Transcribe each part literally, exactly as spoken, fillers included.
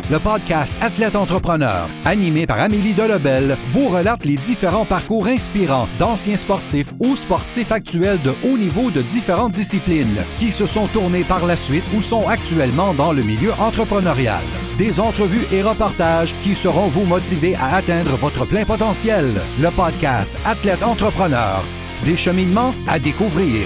Le podcast Athlète Entrepreneur, animé par Amélie Delebel, vous relate les différents parcours inspirants d'anciens sportifs ou sportifs actuels de haut niveau de différentes disciplines qui se sont tournés par la suite ou sont actuellement dans le milieu entrepreneurial. Des entrevues et reportages qui sauront vous motiver à atteindre votre plein potentiel. Le podcast Athlète Entrepreneur, des cheminements à découvrir.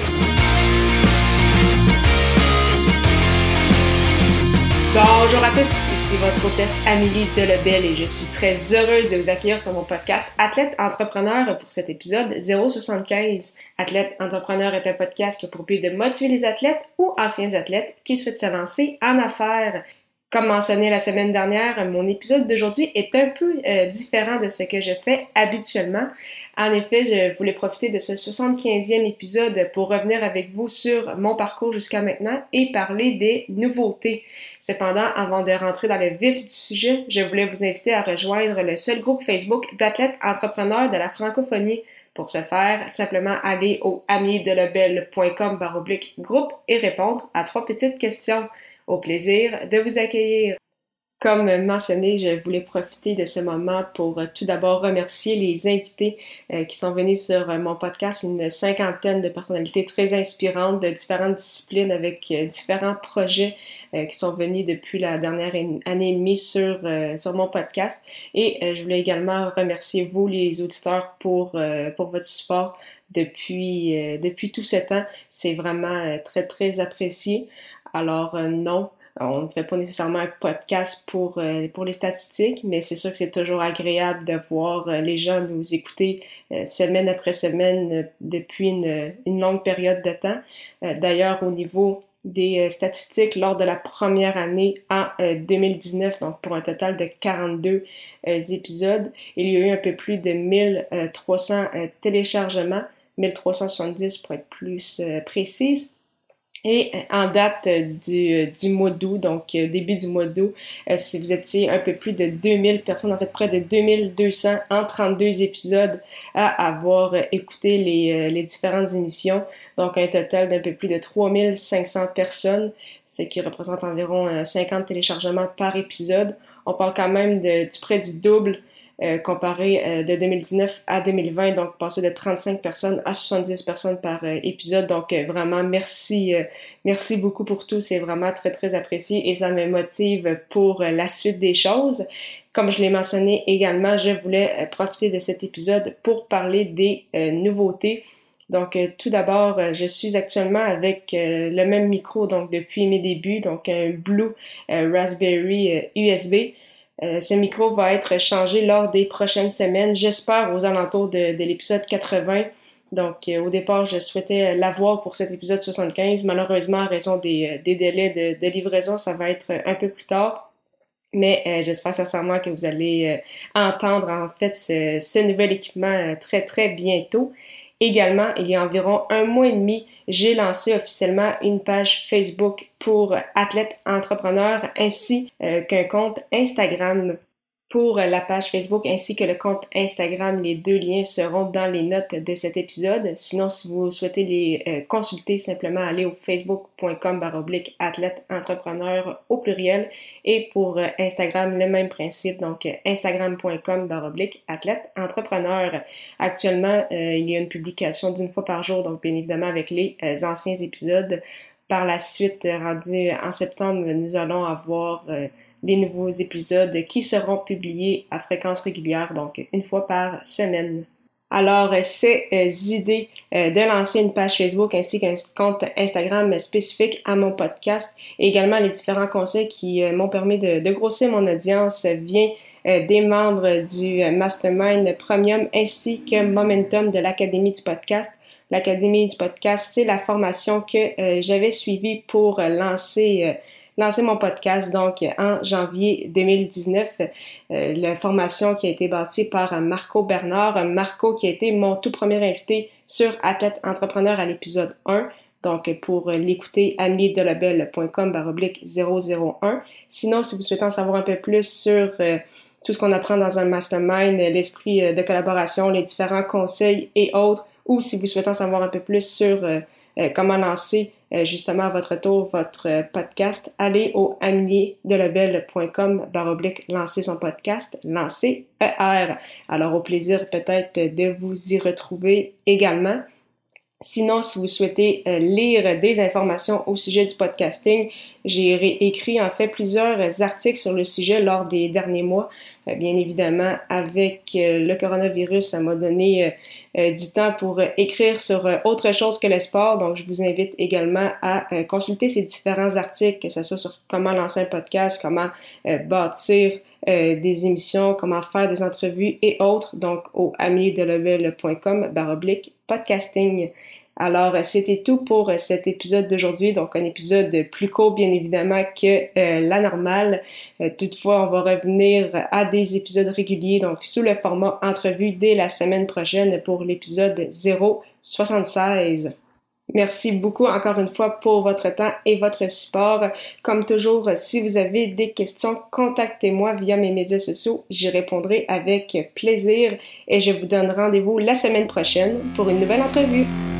Bonjour à tous, ici votre hôtesse Amélie Delebel et je suis très heureuse de vous accueillir sur mon podcast Athlète Entrepreneur pour cet épisode zéro soixante-quinze. Athlète Entrepreneur est un podcast qui a pour but de motiver les athlètes ou anciens athlètes qui souhaitent s'avancer en affaires. Comme mentionné la semaine dernière, mon épisode d'aujourd'hui est un peu euh, différent de ce que je fais habituellement. En effet, je voulais profiter de ce soixante-quinzième épisode pour revenir avec vous sur mon parcours jusqu'à maintenant et parler des nouveautés. Cependant, avant de rentrer dans le vif du sujet, je voulais vous inviter à rejoindre le seul groupe Facebook d'athlètes entrepreneurs de la francophonie. Pour ce faire, simplement aller au ameliedelebel point com barre oblique groupe et répondre à trois petites questions. Au plaisir de vous accueillir. Comme mentionné, je voulais profiter de ce moment pour euh, tout d'abord remercier les invités euh, qui sont venus sur euh, mon podcast, une cinquantaine de personnalités très inspirantes de différentes disciplines avec euh, différents projets euh, qui sont venus depuis la dernière année et demie sur, euh, sur mon podcast. Et euh, je voulais également remercier vous, les auditeurs, pour, euh, pour votre support depuis, euh, depuis tout ce temps. C'est vraiment euh, très, très apprécié. Alors euh, non, on ne fait pas nécessairement un podcast pour, euh, pour les statistiques, mais c'est sûr que c'est toujours agréable de voir euh, les gens nous écouter euh, semaine après semaine euh, depuis une, une longue période de temps. Euh, d'ailleurs, au niveau des euh, statistiques, lors de la première année en euh, deux mille dix-neuf, donc pour un total de quarante-deux euh, épisodes, il y a eu un peu plus de mille trois cents euh, téléchargements, mille trois cent soixante-dix pour être plus euh, précise. Et en date du, du mois d'août, donc début du mois d'août, euh, si vous étiez un peu plus de deux mille personnes, en fait près de deux mille deux cents en trente-deux épisodes à avoir écouté les, les différentes émissions. Donc un total d'un peu plus de trois mille cinq cents personnes, ce qui représente environ cinquante téléchargements par épisode. On parle quand même de, du près du double Euh, comparé euh, de deux mille dix-neuf à deux mille vingt, donc passer de trente-cinq personnes à soixante-dix personnes par euh, épisode. Donc euh, vraiment merci, euh, merci beaucoup pour tout, c'est vraiment très très apprécié et ça me motive pour euh, la suite des choses. Comme je l'ai mentionné également, je voulais euh, profiter de cet épisode pour parler des euh, nouveautés. Donc euh, tout d'abord, euh, je suis actuellement avec euh, le même micro donc depuis mes débuts, donc un Blue euh, Raspberry euh, U S B. Euh, ce micro va être changé lors des prochaines semaines, j'espère aux alentours de, de l'épisode quatre-vingts. Donc euh, au départ, je souhaitais l'avoir pour cet épisode soixante-quinze. Malheureusement, à raison des, des délais de, de livraison, ça va être un peu plus tard. Mais euh, j'espère sincèrement que vous allez euh, entendre en fait ce, ce nouvel équipement euh, très très bientôt. Également, il y a environ un mois et demi, j'ai lancé officiellement une page Facebook pour athlètes entrepreneurs ainsi euh, qu'un compte Instagram. Pour la page Facebook ainsi que le compte Instagram, les deux liens seront dans les notes de cet épisode. Sinon, si vous souhaitez les euh, consulter, simplement allez au facebook point com barre oblique athlète entrepreneur au pluriel. Et pour euh, Instagram, le même principe, donc euh, instagram point com barre oblique athlète entrepreneur. Actuellement, euh, il y a une publication d'une fois par jour, donc bien évidemment avec les euh, anciens épisodes. Par la suite, rendu en septembre, nous allons avoir euh, les nouveaux épisodes qui seront publiés à fréquence régulière, donc une fois par semaine. Alors, ces euh, idées euh, de lancer une page Facebook ainsi qu'un compte Instagram spécifique à mon podcast et également les différents conseils qui euh, m'ont permis de, de grossir mon audience vient euh, des membres du Mastermind Premium ainsi que Momentum de l'Académie du podcast. L'Académie du podcast, c'est la formation que euh, j'avais suivie pour euh, lancer euh, lancer mon podcast donc en janvier deux mille dix-neuf. Euh, la formation qui a été bâtie par Marco Bernard. Marco qui a été mon tout premier invité sur Athlète Entrepreneur à l'épisode un. Donc, pour l'écouter, ameliedelebel point com barre oblique zéro zéro un. Sinon, si vous souhaitez en savoir un peu plus sur euh, tout ce qu'on apprend dans un mastermind, l'esprit de collaboration, les différents conseils et autres, ou si vous souhaitez en savoir un peu plus sur euh, euh, comment lancer euh, justement à votre tour votre euh, podcast, allez au ameliedelebel point com barre oblique lancer son podcast, lancer E R. Alors au plaisir peut-être de vous y retrouver également. Sinon, si vous souhaitez euh, lire des informations au sujet du podcasting, j'ai réécrit en fait plusieurs articles sur le sujet lors des derniers mois. Euh, bien évidemment, avec euh, le coronavirus, ça m'a donné euh, euh, du temps pour euh, écrire sur euh, autre chose que le sport. Donc, je vous invite également à euh, consulter ces différents articles, que ce soit sur comment lancer un podcast, comment euh, bâtir Euh, des émissions, comment faire des entrevues et autres, donc au ameliedelebel point com barre oblique podcasting. Alors, c'était tout pour cet épisode d'aujourd'hui, donc un épisode plus court bien évidemment que euh, la normale. Euh, toutefois, on va revenir à des épisodes réguliers, donc sous le format entrevue dès la semaine prochaine pour l'épisode zéro soixante-seize. Merci beaucoup encore une fois pour votre temps et votre support. Comme toujours, si vous avez des questions, contactez-moi via mes médias sociaux. J'y répondrai avec plaisir et je vous donne rendez-vous la semaine prochaine pour une nouvelle entrevue.